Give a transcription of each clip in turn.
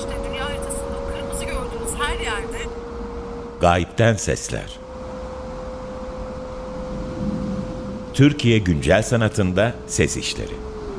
İşte dünya haritasında o kırmızı gördüğünüz her yerde Gayipten Sesler. Türkiye Güncel Sanatında Ses İşleri.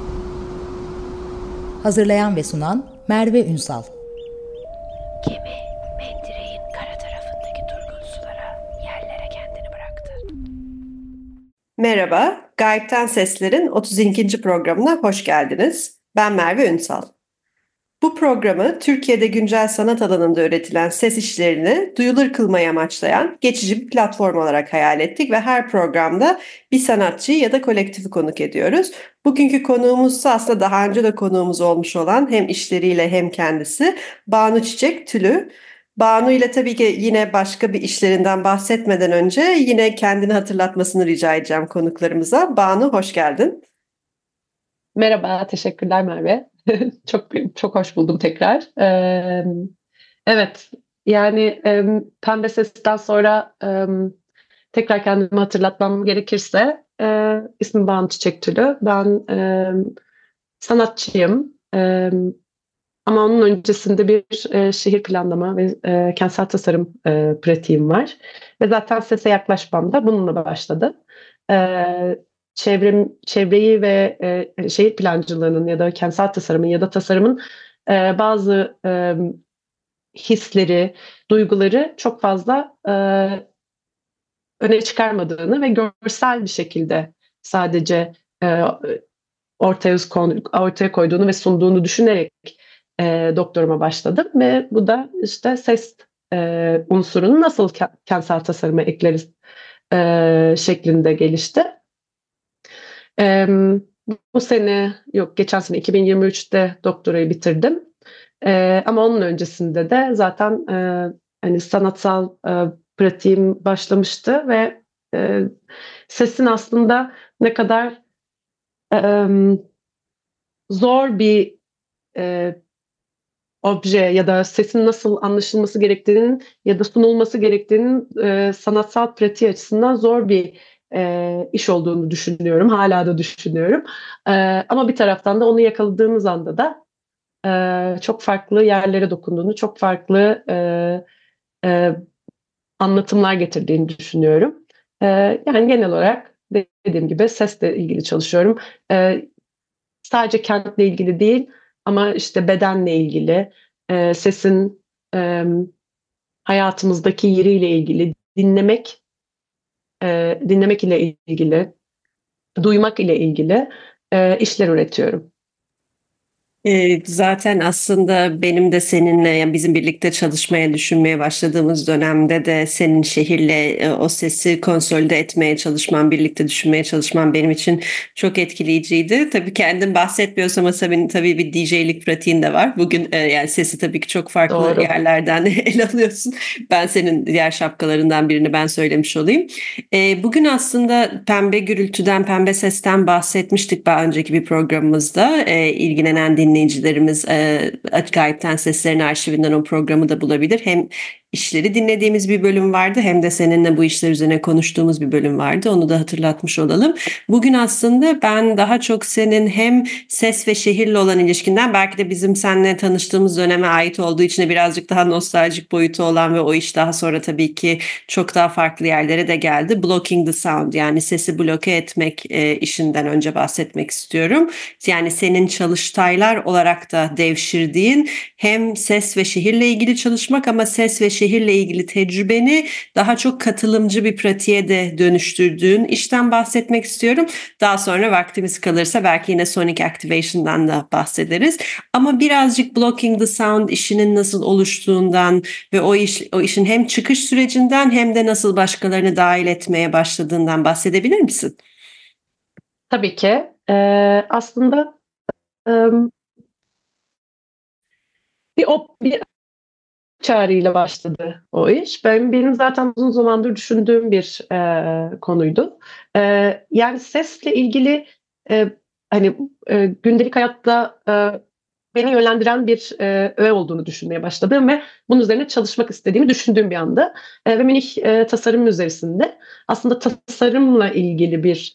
Hazırlayan ve sunan Merve Ünsal. Gemi mendireğin kara tarafındaki durgun sulara, yerlere kendini bıraktı. Merhaba, Gayipten Sesler'in 32. programına hoş geldiniz. Ben Merve Ünsal. Bu programı Türkiye'de güncel sanat alanında üretilen ses işlerini duyulur kılmayı amaçlayan geçici bir platform olarak hayal ettik ve her programda bir sanatçıyı ya da kolektifi konuk ediyoruz. Bugünkü konuğumuzsa aslında daha önce de konuğumuz olmuş olan hem işleriyle hem kendisi Banu Çiçek Tülü. Banu ile tabii ki yine başka bir işlerinden bahsetmeden önce yine kendini hatırlatmasını rica edeceğim konuklarımıza. Banu hoş geldin. Merhaba, teşekkürler Merve. Çok hoş buldum tekrar. Evet, yani Pembe Ses'ten sonra tekrar kendimi hatırlatmam gerekirse ismim Banu Çiçek Tülü. Ben sanatçıyım. Ama onun öncesinde bir şehir planlama ve kentsel tasarım pratiğim var. Ve zaten sese yaklaşmam da bununla başladı. Çevreyi ve şehir plancılığının ya da kentsel tasarımın ya da tasarımın bazı hisleri, duyguları çok fazla öne çıkarmadığını ve görsel bir şekilde sadece ortaya koyduğunu ve sunduğunu düşünerek doktoruma başladım ve bu da işte ses unsurunu nasıl kentsel tasarıma ekleriz şeklinde gelişti. Geçen sene 2023'te doktorayı bitirdim. Ama onun öncesinde de zaten hani sanatsal pratiğim başlamıştı ve sesin aslında ne kadar zor bir obje ya da sesin nasıl anlaşılması gerektiğinin ya da sunulması gerektiğinin sanatsal pratiği açısından zor bir iş olduğunu düşünüyorum. Hala da düşünüyorum. Ama bir taraftan da onu yakaladığımız anda da çok farklı yerlere dokunduğunu, çok farklı anlatımlar getirdiğini düşünüyorum. Yani genel olarak dediğim gibi sesle ilgili çalışıyorum. Sadece kentle ilgili değil ama işte bedenle ilgili, sesin hayatımızdaki yeriyle ilgili, dinlemek ile ilgili, duymak ile ilgili işler üretiyorum. Zaten aslında benim de seninle yani bizim birlikte çalışmaya düşünmeye başladığımız dönemde de senin şehirle o sesi konsolide etmeye çalışman, birlikte düşünmeye çalışman benim için çok etkileyiciydi. Tabii kendim bahsetmiyorsam ama senin tabii bir DJ'lik pratiğin de var. Bugün yani sesi tabii ki çok farklı Doğru. yerlerden ele alıyorsun. Ben senin diğer şapkalarından birini ben söylemiş olayım. Bugün aslında Pembe Gürültü'den, Pembe Ses'ten bahsetmiştik daha önceki bir programımızda. İlgilenen dinleyicilerimiz Gayipten Seslerin arşivinden o programı da bulabilir. Hem işleri dinlediğimiz bir bölüm vardı hem de seninle bu işler üzerine konuştuğumuz bir bölüm vardı. Onu da hatırlatmış olalım. Bugün aslında ben daha çok senin hem ses ve şehirle olan ilişkinden belki de bizim seninle tanıştığımız döneme ait olduğu için de birazcık daha nostaljik boyutu olan ve o iş daha sonra tabii ki çok daha farklı yerlere de geldi. Blocking the sound yani sesi bloke etmek işinden önce bahsetmek istiyorum. Yani senin çalıştaylar olarak da devşirdiğin hem ses ve şehirle ilgili çalışmak ama ses ve şehirle ilgili tecrübeni daha çok katılımcı bir pratiğe de dönüştürdüğün işten bahsetmek istiyorum. Daha sonra vaktimiz kalırsa belki yine Sonic Activation'dan da bahsederiz. Ama birazcık Blocking the Sound işinin nasıl oluştuğundan ve o işin hem çıkış sürecinden hem de nasıl başkalarını dahil etmeye başladığından bahsedebilir misin? Tabii ki. Aslında bir çağrıyla başladı o iş. Benim zaten uzun zamandır düşündüğüm bir konuydu. Yani sesle ilgili hani gündelik hayatta beni yönlendiren bir öğe olduğunu düşünmeye başladım ve bunun üzerine çalışmak istediğimi düşündüğüm bir anda. Ve minik tasarım üzerinde aslında tasarımla ilgili bir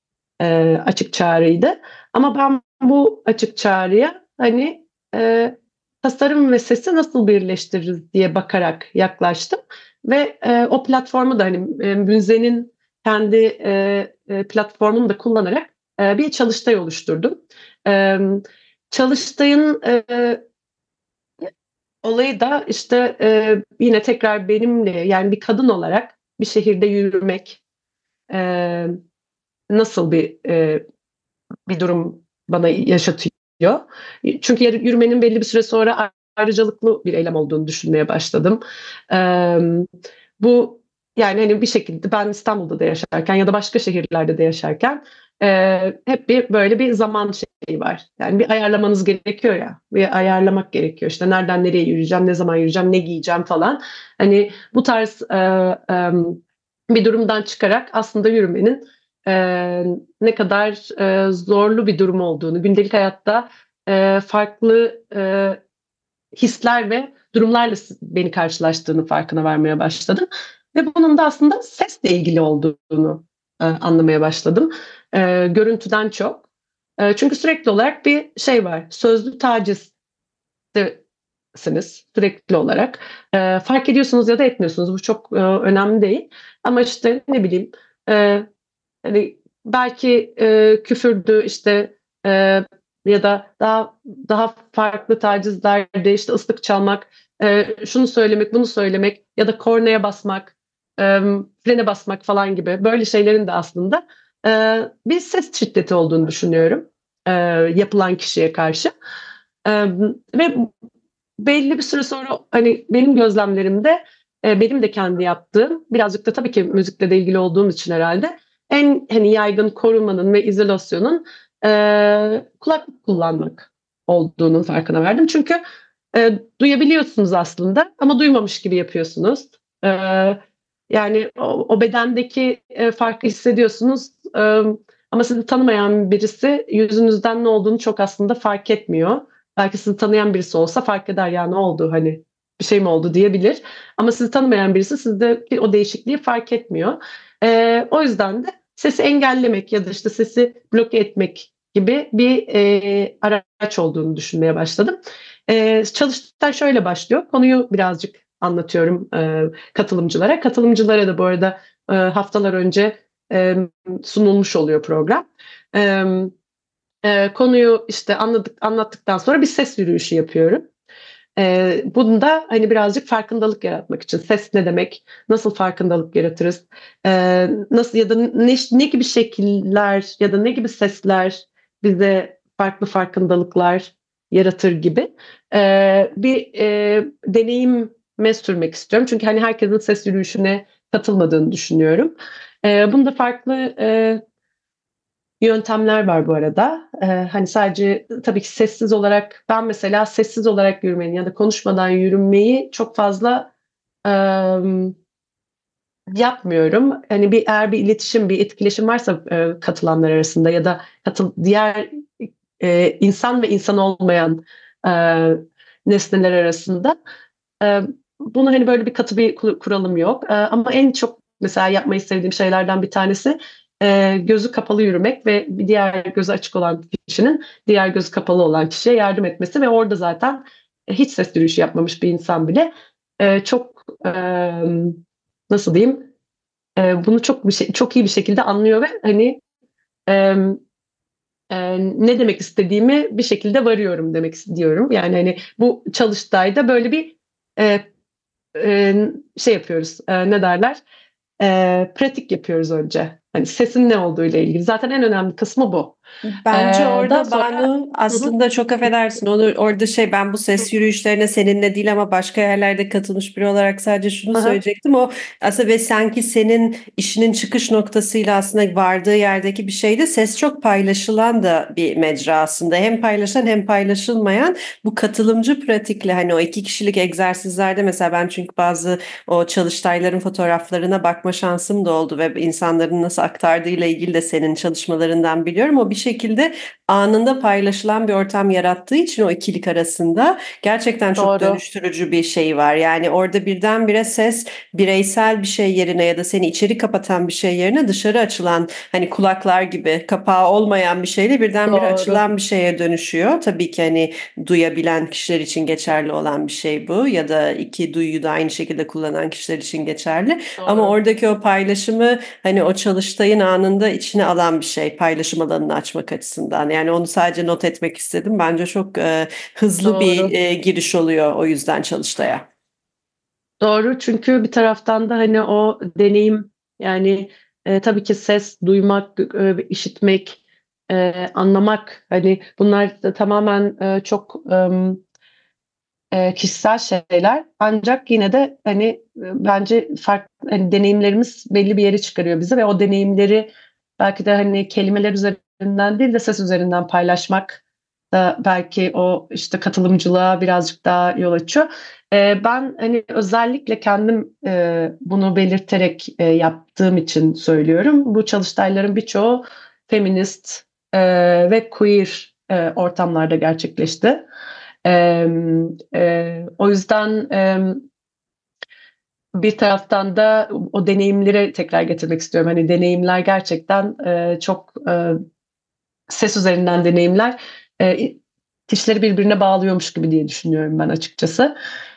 açık çağrıydı. Ama ben bu açık çağrıya hani tasarım ve sesi nasıl birleştiririz diye bakarak yaklaştım. Ve o platformu da hani Münze'nin kendi platformunu da kullanarak bir çalıştay oluşturdum. Çalıştayın olayı da işte yine tekrar benimle, yani bir kadın olarak bir şehirde yürümek nasıl bir durum bana yaşatıyor. Çünkü yürümenin belli bir süre sonra ayrıcalıklı bir eylem olduğunu düşünmeye başladım. Bu, yani hani bir şekilde ben İstanbul'da da yaşarken ya da başka şehirlerde de yaşarken hep böyle bir zaman şeyi var. Yani bir ayarlamanız gerekiyor ya. Bir ayarlamak gerekiyor. İşte nereden nereye yürüyeceğim, ne zaman yürüyeceğim, ne giyeceğim falan. Hani bu tarz bir durumdan çıkarak aslında yürümenin ne kadar zorlu bir durum olduğunu, gündelik hayatta farklı hisler ve durumlarla beni karşılaştığını farkına varmaya başladım. Ve bunun da aslında sesle ilgili olduğunu anlamaya başladım. Görüntüden çok. Çünkü sürekli olarak bir şey var. Sözlü tacizsiniz sürekli olarak. Fark ediyorsunuz ya da etmiyorsunuz. Bu çok önemli değil. Ama işte ne bileyim, hani belki küfürdü, işte ya da daha farklı tacizlerde işte ıslık çalmak, şunu söylemek, bunu söylemek ya da kornaya basmak, frene basmak falan gibi böyle şeylerin de aslında bir ses şiddeti olduğunu düşünüyorum yapılan kişiye karşı. Ve belli bir süre sonra hani benim gözlemlerimde benim de kendi yaptığım, birazcık da tabii ki müzikle de ilgili olduğum için herhalde, en hani yaygın korumanın ve izolasyonun kulaklık kullanmak olduğunun farkına vardım. Çünkü duyabiliyorsunuz aslında ama duymamış gibi yapıyorsunuz. Yani o bedendeki farkı hissediyorsunuz. Ama sizi tanımayan birisi yüzünüzden ne olduğunu çok aslında fark etmiyor. Belki sizi tanıyan birisi olsa fark eder, ya ne oldu, hani bir şey mi oldu diyebilir. Ama sizi tanımayan birisi sizde o değişikliği fark etmiyor. O yüzden de sesi engellemek ya da işte sesi bloke etmek gibi bir araç olduğunu düşünmeye başladım. Çalıştay şöyle başlıyor. Konuyu birazcık anlatıyorum katılımcılara. Katılımcılara da bu arada haftalar önce sunulmuş oluyor program. Konuyu işte anlattıktan sonra bir ses yürüyüşü yapıyorum. Bunu da hani birazcık farkındalık yaratmak için. Ses ne demek? Nasıl farkındalık yaratırız? Nasıl ya da ne gibi şekiller ya da ne gibi sesler bize farklı farkındalıklar yaratır gibi bir deneyime sürmek istiyorum. Çünkü hani herkesin ses yürüyüşüne katılmadığını düşünüyorum. Bunda farklı yöntemler var bu arada. Hani sadece tabii ki sessiz olarak, ben mesela sessiz olarak yürümenin ya da konuşmadan yürümeyi çok fazla yapmıyorum. Hani eğer bir iletişim, bir etkileşim varsa katılanlar arasında ya da diğer insan ve insan olmayan nesneler arasında, bunu hani böyle bir katı bir kuralım yok. Ama en çok mesela yapmayı sevdiğim şeylerden bir tanesi gözü kapalı yürümek ve bir diğer gözü açık olan kişinin diğer gözü kapalı olan kişiye yardım etmesi ve orada zaten hiç ses yürüyüşü yapmamış bir insan bile çok nasıl diyeyim, bunu çok iyi bir şekilde anlıyor ve hani ne demek istediğimi bir şekilde varıyorum demek istiyorum. Yani hani bu çalıştayda böyle bir şey yapıyoruz, ne derler? Pratik yapıyoruz önce. Hani sesin ne olduğu ile ilgili. Zaten en önemli kısmı bu. Bence Daha orada sonra- Banu aslında çok affedersin. Onu orada ben bu ses yürüyüşlerine seninle değil ama başka yerlerde katılmış biri olarak sadece şunu Aha. söyleyecektim. O aslında ve sanki senin işinin çıkış noktasıyla aslında vardığı yerdeki bir şeydi. Ses çok paylaşılan da bir mecra aslında. Hem paylaşılan hem paylaşılmayan, bu katılımcı pratikle hani o 2 kişilik egzersizlerde mesela ben çünkü bazı o çalıştayların fotoğraflarına bakma şansım da oldu ve insanların nasıl aktardığıyla ilgili de senin çalışmalarından biliyorum. O bir şekilde anında paylaşılan bir ortam yarattığı için o ikilik arasında gerçekten çok Doğru. dönüştürücü bir şey var. Yani orada birdenbire ses bireysel bir şey yerine ya da seni içeri kapatan bir şey yerine dışarı açılan, hani kulaklar gibi kapağı olmayan bir şeyle birdenbire Doğru. açılan bir şeye dönüşüyor. Tabii ki hani duyabilen kişiler için geçerli olan bir şey bu, ya da iki duyuyu da aynı şekilde kullanan kişiler için geçerli. Ama Doğru. oradaki o paylaşımı hani o çalıştayın anında içine alan bir şey, paylaşım alanını açmak açısından. Yani onu sadece not etmek istedim. Bence çok hızlı bir Doğru. giriş oluyor o yüzden çalıştaya. Doğru, çünkü bir taraftan da hani o deneyim, yani tabii ki ses duymak, işitmek, anlamak, hani bunlar da tamamen çok kişisel şeyler. Ancak yine de hani bence farklı, hani deneyimlerimiz belli bir yere çıkarıyor bizi ve o deneyimleri belki de hani kelimeler üzerinden değil de ses üzerinden paylaşmak da belki o işte katılımcılığa birazcık daha yol açıyor. Ben hani özellikle kendim bunu belirterek yaptığım için söylüyorum. Bu çalıştayların birçoğu feminist ve queer ortamlarda gerçekleşti. O yüzden bir taraftan da o deneyimleri tekrar getirmek istiyorum. Hani deneyimler gerçekten çok ses üzerinden deneyimler kişileri birbirine bağlıyormuş gibi diye düşünüyorum ben açıkçası.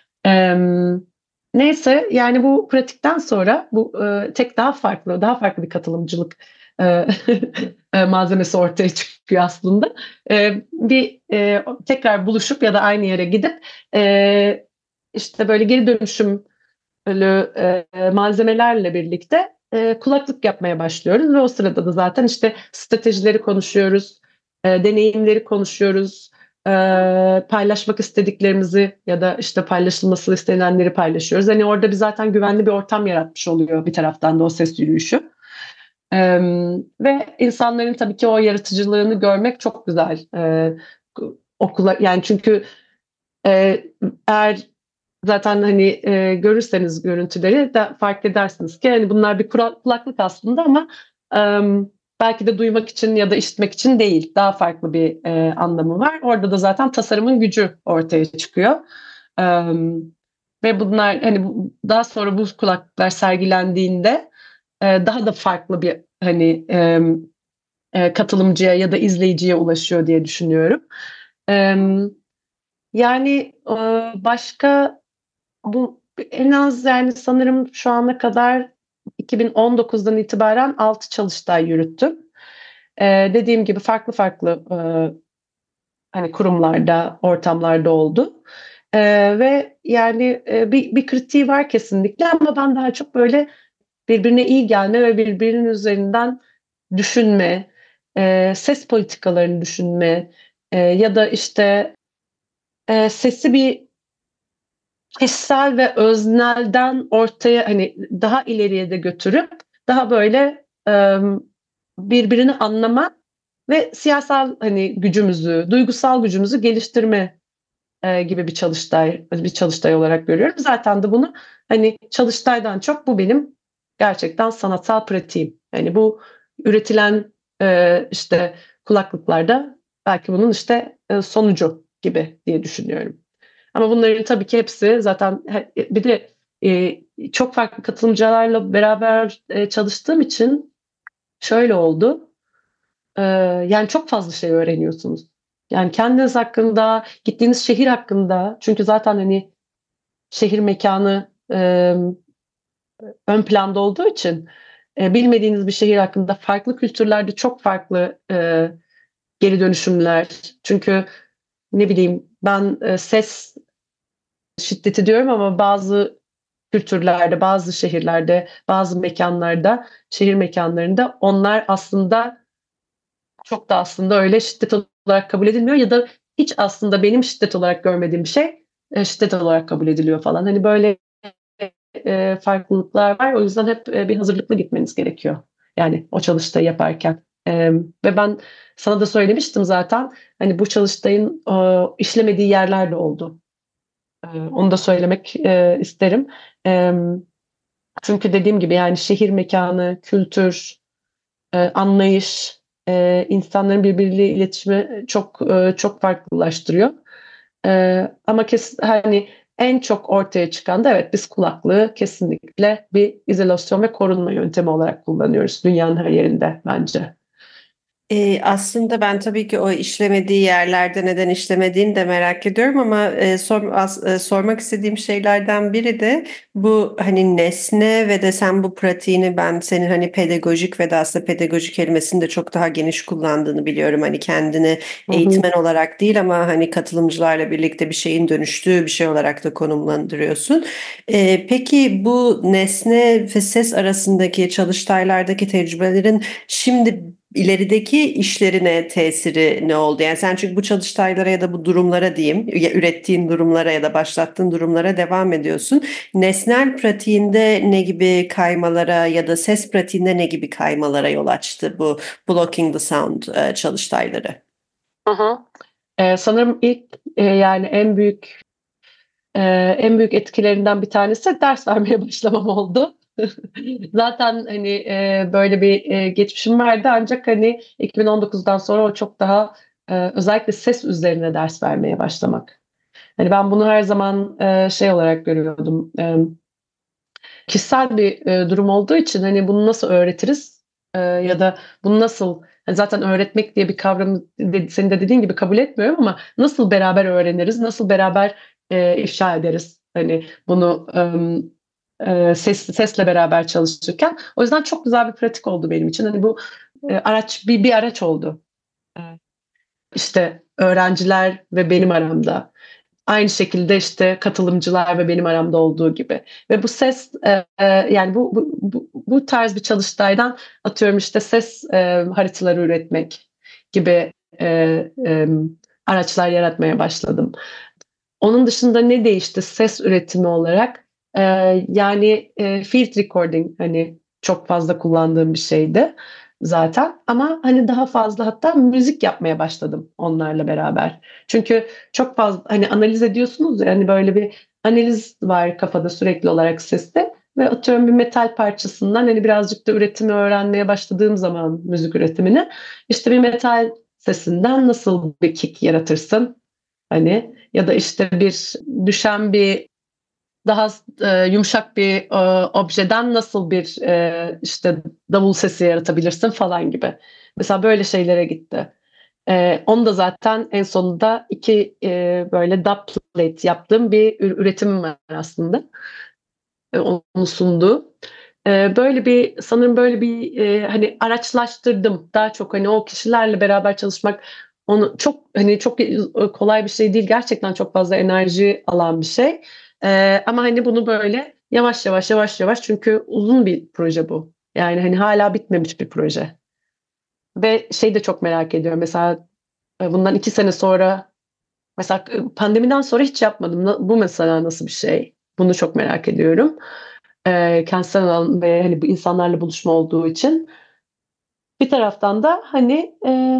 Neyse, yani bu pratikten sonra bu daha farklı bir katılımcılık malzemesi ortaya çıkıyor aslında. Bir tekrar buluşup ya da aynı yere gidip işte böyle geri dönüşümlü malzemelerle birlikte kulaklık yapmaya başlıyoruz ve o sırada da zaten işte stratejileri konuşuyoruz, deneyimleri konuşuyoruz, paylaşmak istediklerimizi ya da işte paylaşılması istenenleri paylaşıyoruz. Hani orada bir zaten güvenli bir ortam yaratmış oluyor bir taraftan da o ses yürüyüşü. Ve insanların tabii ki o yaratıcılığını görmek çok güzel. Okula, yani çünkü eğer zaten hani görürseniz görüntüleri de fark edersiniz ki hani bunlar bir kulaklık aslında, ama belki de duymak için ya da işitmek için değil. Daha farklı bir anlamı var. Orada da zaten tasarımın gücü ortaya çıkıyor. Ve bunlar hani daha sonra bu kulaklıklar sergilendiğinde daha da farklı bir hani katılımcıya ya da izleyiciye ulaşıyor diye düşünüyorum. Yani başka bu en az, yani sanırım şu ana kadar 2019'dan itibaren 6 çalıştay yürüttüm. Dediğim gibi farklı hani kurumlarda, ortamlarda oldu. Ve yani bir kritiği var kesinlikle, ama ben daha çok böyle birbirine iyi gelme ve birbirinin üzerinden düşünme, ses politikalarını düşünme, ya da işte sesi bir kişisel ve öznelden ortaya, hani daha ileriye de götürüp daha böyle birbirini anlama ve siyasal hani gücümüzü, duygusal gücümüzü geliştirme gibi bir çalıştay olarak görüyorum. Zaten de bunu hani çalıştaydan çok bu benim gerçekten sanatsal pratiğim. Yani bu üretilen işte kulaklıklarda belki bunun işte sonucu gibi diye düşünüyorum. Ama bunların tabii ki hepsi zaten, bir de çok farklı katılımcılarla beraber çalıştığım için şöyle oldu. Yani çok fazla şey öğreniyorsunuz. Yani kendiniz hakkında, gittiğiniz şehir hakkında, çünkü zaten hani şehir mekanı ön planda olduğu için bilmediğiniz bir şehir hakkında farklı kültürlerde çok farklı geri dönüşümler. Çünkü ne bileyim ben ses şiddeti diyorum ama bazı kültürlerde, bazı şehirlerde, bazı mekanlarda, şehir mekanlarında onlar aslında çok da aslında öyle şiddet olarak kabul edilmiyor ya da hiç aslında benim şiddet olarak görmediğim bir şey şiddet olarak kabul ediliyor falan. Hani böyle farklılıklar var. O yüzden hep bir hazırlıklı gitmeniz gerekiyor. Yani o çalıştayı yaparken. Ve ben sana da söylemiştim zaten. Hani bu çalıştayın işlemediği yerler de oldu. Onu da söylemek isterim. Çünkü dediğim gibi yani şehir mekanı, kültür, anlayış, insanların birbiriyle iletişimi çok farklılaştırıyor. Ama hani en çok ortaya çıkan da evet biz kulaklığı kesinlikle bir izolasyon ve korunma yöntemi olarak kullanıyoruz dünyanın her yerinde bence. Aslında ben tabii ki o işlemediği yerlerde neden işlemediğini de merak ediyorum ama sormak istediğim şeylerden biri de bu hani nesne ve de sen bu pratiğini ben senin hani pedagojik ve de aslında pedagoji kelimesini de çok daha geniş kullandığını biliyorum. Hani kendini eğitmen olarak değil ama hani katılımcılarla birlikte bir şeyin dönüştüğü bir şey olarak da konumlandırıyorsun. Peki bu nesne ve ses arasındaki çalıştaylardaki tecrübelerin şimdi ilerideki işlerine tesiri ne oldu? Yani sen çünkü bu çalıştaylara ya da bu durumlara diyeyim, ya ürettiğin durumlara ya da başlattığın durumlara devam ediyorsun. Nesnel pratiğinde ne gibi kaymalara ya da ses pratiğinde ne gibi kaymalara yol açtı bu Blocking the Sound çalıştayları? Sanırım ilk yani en büyük etkilerinden bir tanesi ders vermeye başlamam oldu. Zaten hani böyle bir geçmişim vardı ancak hani 2019'dan sonra o çok daha özellikle ses üzerine ders vermeye başlamak. Hani ben bunu her zaman şey olarak görüyordum. Kişisel bir durum olduğu için hani bunu nasıl öğretiriz ya da bunu nasıl hani zaten öğretmek diye bir kavramı senin de dediğin gibi kabul etmiyorum ama nasıl beraber öğreniriz, nasıl beraber ifşa ederiz hani bunu sesle beraber çalışırken. O yüzden çok güzel bir pratik oldu benim için. Hani bu araç bir araç oldu. İşte öğrenciler ve benim aramda. Aynı şekilde işte katılımcılar ve benim aramda olduğu gibi. Ve bu ses yani bu tarz bir çalıştaydan atıyorum işte ses haritaları üretmek gibi araçlar yaratmaya başladım. Onun dışında ne değişti ses üretimi olarak? Yani field recording hani çok fazla kullandığım bir şeydi zaten ama hani daha fazla hatta müzik yapmaya başladım onlarla beraber. Çünkü çok fazla hani analiz ediyorsunuz ya hani böyle bir analiz var kafada sürekli olarak seste ve atıyorum bir metal parçasından hani birazcık da üretimi öğrenmeye başladığım zaman müzik üretimini işte bir metal sesinden nasıl bir kick yaratırsın hani ya da işte bir düşen bir daha yumuşak bir objeden nasıl bir işte davul sesi yaratabilirsin falan gibi. Mesela böyle şeylere gitti. Onu da zaten en sonunda iki böyle dubplate yaptığım bir üretimim var aslında. Onu sundu. Böyle bir sanırım böyle bir hani araçlaştırdım daha çok hani o kişilerle beraber çalışmak onu çok hani çok kolay bir şey değil gerçekten çok fazla enerji alan bir şey. Ama hani bunu böyle yavaş yavaş çünkü uzun bir proje bu. Yani hani hala bitmemiş bir proje. Ve şey de çok merak ediyorum. Mesela bundan 2 sene sonra mesela pandemiden sonra hiç yapmadım. Bu mesela nasıl bir şey? Bunu çok merak ediyorum. Kentsel alan ve hani bu insanlarla buluşma olduğu için. Bir taraftan da hani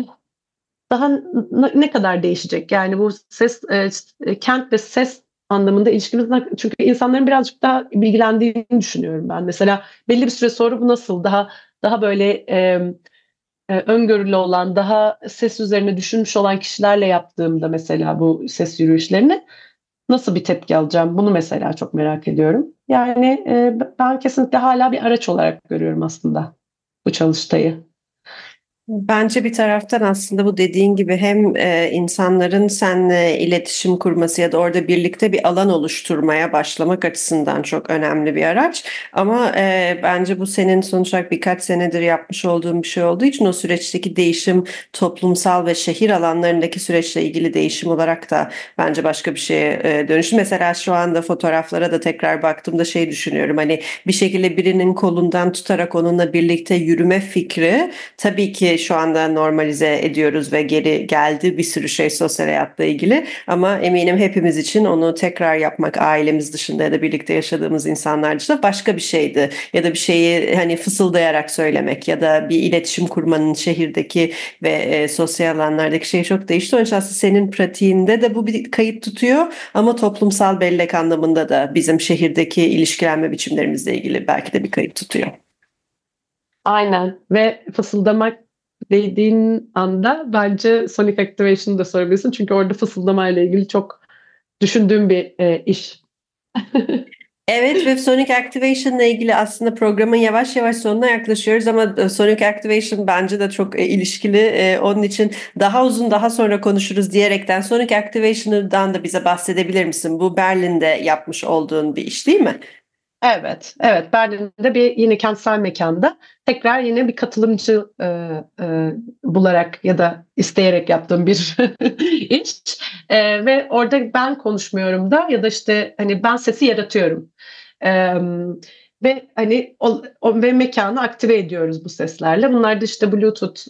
daha ne kadar değişecek? Yani bu ses kent ve ses anlamında ilişkimizden çünkü insanların birazcık daha bilgilendiğini düşünüyorum ben. Mesela belli bir süre sonra bu nasıl daha böyle öngörülü olan, daha ses üzerine düşünmüş olan kişilerle yaptığımda mesela bu ses yürüyüşlerini nasıl bir tepki alacağım? Bunu mesela çok merak ediyorum. Yani ben kesinlikle hala bir araç olarak görüyorum aslında bu çalıştayı. Bence bir taraftan aslında bu dediğin gibi hem insanların seninle iletişim kurması ya da orada birlikte bir alan oluşturmaya başlamak açısından çok önemli bir araç. Ama bence bu senin sonuç olarak birkaç senedir yapmış olduğun bir şey olduğu için o süreçteki değişim toplumsal ve şehir alanlarındaki süreçle ilgili değişim olarak da bence başka bir şeye dönüştü. Mesela şu anda fotoğraflara da tekrar baktığımda şey düşünüyorum hani bir şekilde birinin kolundan tutarak onunla birlikte yürüme fikri tabii ki şu anda normalize ediyoruz ve geri geldi bir sürü şey sosyal hayatla ilgili ama eminim hepimiz için onu tekrar yapmak ailemiz dışında ya da birlikte yaşadığımız insanlar dışında başka bir şeydi ya da bir şeyi hani fısıldayarak söylemek ya da bir iletişim kurmanın şehirdeki ve sosyal alanlardaki şey çok değişti. Onun için aslında senin pratiğinde de bu bir kayıt tutuyor ama toplumsal bellek anlamında da bizim şehirdeki ilişkilenme biçimlerimizle ilgili belki de bir kayıt tutuyor. Aynen ve fısıldamak değdiğin anda bence Sonic Activation'ı da sorabilirsin. Çünkü orada fısıldamayla ilgili çok düşündüğüm bir iş. Evet ve Sonic Activation ile ilgili aslında programın yavaş yavaş sonuna yaklaşıyoruz ama Sonic Activation bence de çok ilişkili. Onun için daha uzun daha sonra konuşuruz diyerekten Sonic Activation'dan da bize bahsedebilir misin? Bu Berlin'de yapmış olduğun bir iş değil mi? Evet, evet. Berlin'de bir yine kentsel mekanda tekrar yine bir katılımcı bularak ya da isteyerek yaptığım bir iş. Ve orada ben konuşmuyorum da ya da işte hani ben sesi yaratıyorum. Ve hani ve mekanı aktive ediyoruz bu seslerle. Bunlar da işte Bluetooth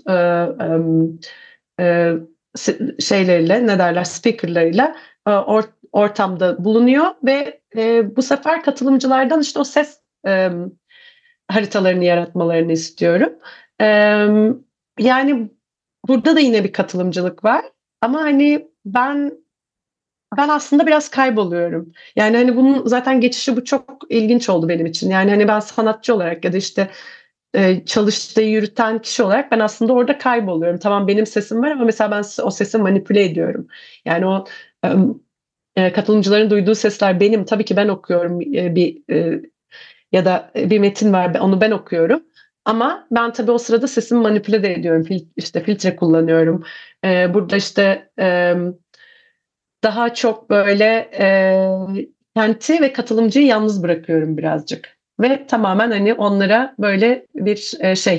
şeyleriyle ne derler speakerlarıyla ortamda bulunuyor ve bu sefer katılımcılardan işte o ses haritalarını yaratmalarını istiyorum. E, Yani burada da yine bir katılımcılık var ama hani ben aslında biraz kayboluyorum. Yani hani bunun zaten geçişi bu çok ilginç oldu benim için. Yani hani ben sanatçı olarak ya da işte çalıştığı yürüten kişi olarak ben aslında orada kayboluyorum. Tamam benim sesim var ama mesela ben o sesi manipüle ediyorum. Yani o katılımcıların duyduğu sesler benim. Tabii ki ben okuyorum ya da bir metin var onu ben okuyorum. Ama ben tabii o sırada sesimi manipüle de ediyorum. İşte filtre kullanıyorum. Burada işte daha çok böyle kenti ve katılımcıyı yalnız bırakıyorum birazcık. Ve tamamen hani onlara böyle bir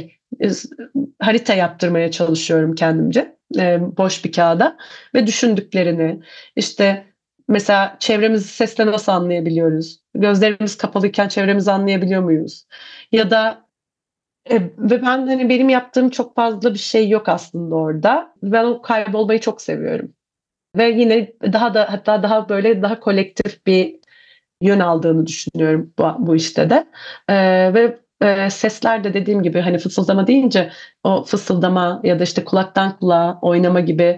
harita yaptırmaya çalışıyorum kendimce. Boş bir kağıda ve düşündüklerini işte mesela çevremizi sesle nasıl anlayabiliyoruz? Gözlerimiz kapalıyken çevremizi anlayabiliyor muyuz? Ya da ve ben hani benim yaptığım çok fazla bir şey yok aslında orada. Ben o kaybolmayı çok seviyorum. Ve yine daha da hatta daha böyle daha kolektif bir yön aldığını düşünüyorum bu işte de. Ve sesler de dediğim gibi hani fısıldama deyince o fısıldama ya da işte kulaktan kulağa oynama gibi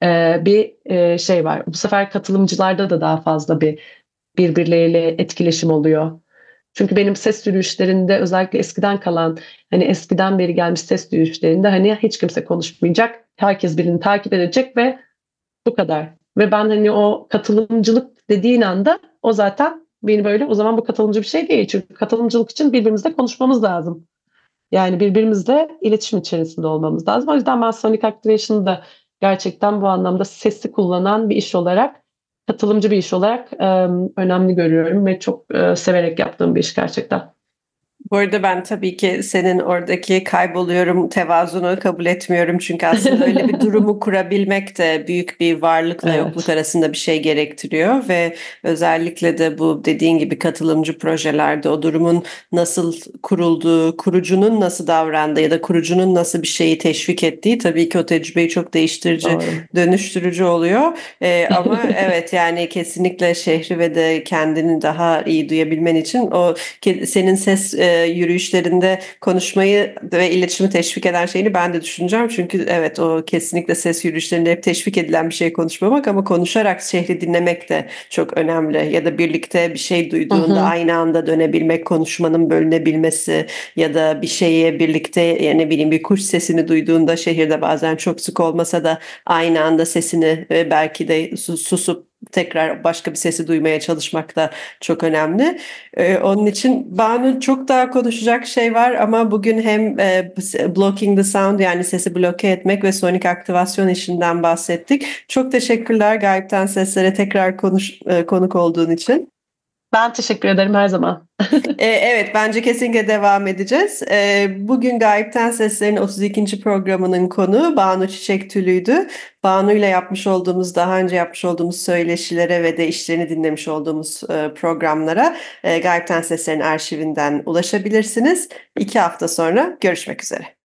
bir şey var. Bu sefer katılımcılarda da daha fazla birbirleriyle etkileşim oluyor. Çünkü benim ses yürüyüşlerinde özellikle eskiden kalan hani eskiden beri gelmiş ses yürüyüşlerinde hani hiç kimse konuşmayacak. Herkes birini takip edecek ve bu kadar. Ve ben hani o katılımcılık dediğin anda o zaten beni böyle o zaman bu katılımcı bir şey değil. Çünkü katılımcılık için birbirimizle konuşmamız lazım. Yani birbirimizle iletişim içerisinde olmamız lazım. O yüzden ben Sonic Activation'ı da gerçekten bu anlamda sesi kullanan bir iş olarak, katılımcı bir iş olarak önemli görüyorum ve çok severek yaptığım bir iş gerçekten. Bu arada ben tabii ki senin oradaki kayboluyorum tevazunu kabul etmiyorum. Çünkü aslında öyle bir durumu kurabilmek de büyük bir varlıkla Evet. yokluk arasında bir şey gerektiriyor. Ve özellikle de bu dediğin gibi katılımcı projelerde o durumun nasıl kurulduğu, kurucunun nasıl davrandığı ya da kurucunun nasıl bir şeyi teşvik ettiği tabii ki o tecrübeyi çok değiştirici, Doğru. dönüştürücü oluyor. Ama evet yani kesinlikle şehri ve de kendini daha iyi duyabilmen için o senin ses yürüyüşlerinde konuşmayı ve iletişimi teşvik eden şeyini ben de düşüneceğim. Çünkü evet o kesinlikle ses yürüyüşlerinde hep teşvik edilen bir şey konuşmamak ama konuşarak şehri dinlemek de çok önemli. Ya da birlikte bir şey duyduğunda aynı anda dönebilmek, konuşmanın bölünebilmesi ya da bir şeye birlikte yani ne bileyim bir kuş sesini duyduğunda şehirde bazen çok sık olmasa da aynı anda sesini belki de susup tekrar başka bir sesi duymaya çalışmak da çok önemli. Onun için Banu çok daha konuşacak şey var ama bugün hem blocking the sound yani sesi bloke etmek ve sonik aktivasyon işinden bahsettik. Çok teşekkürler Gayipten Seslere tekrar konuk olduğun için. Ben teşekkür ederim her zaman. Evet, bence kesinlikle devam edeceğiz. Bugün Gayipten Sesler'in 32. programının konuğu Banu Çiçektülü'ydü. Banu ile daha önce yapmış olduğumuz söyleşilere ve de işlerini dinlemiş olduğumuz programlara Gayipten Sesler'in arşivinden ulaşabilirsiniz. 2 hafta sonra görüşmek üzere.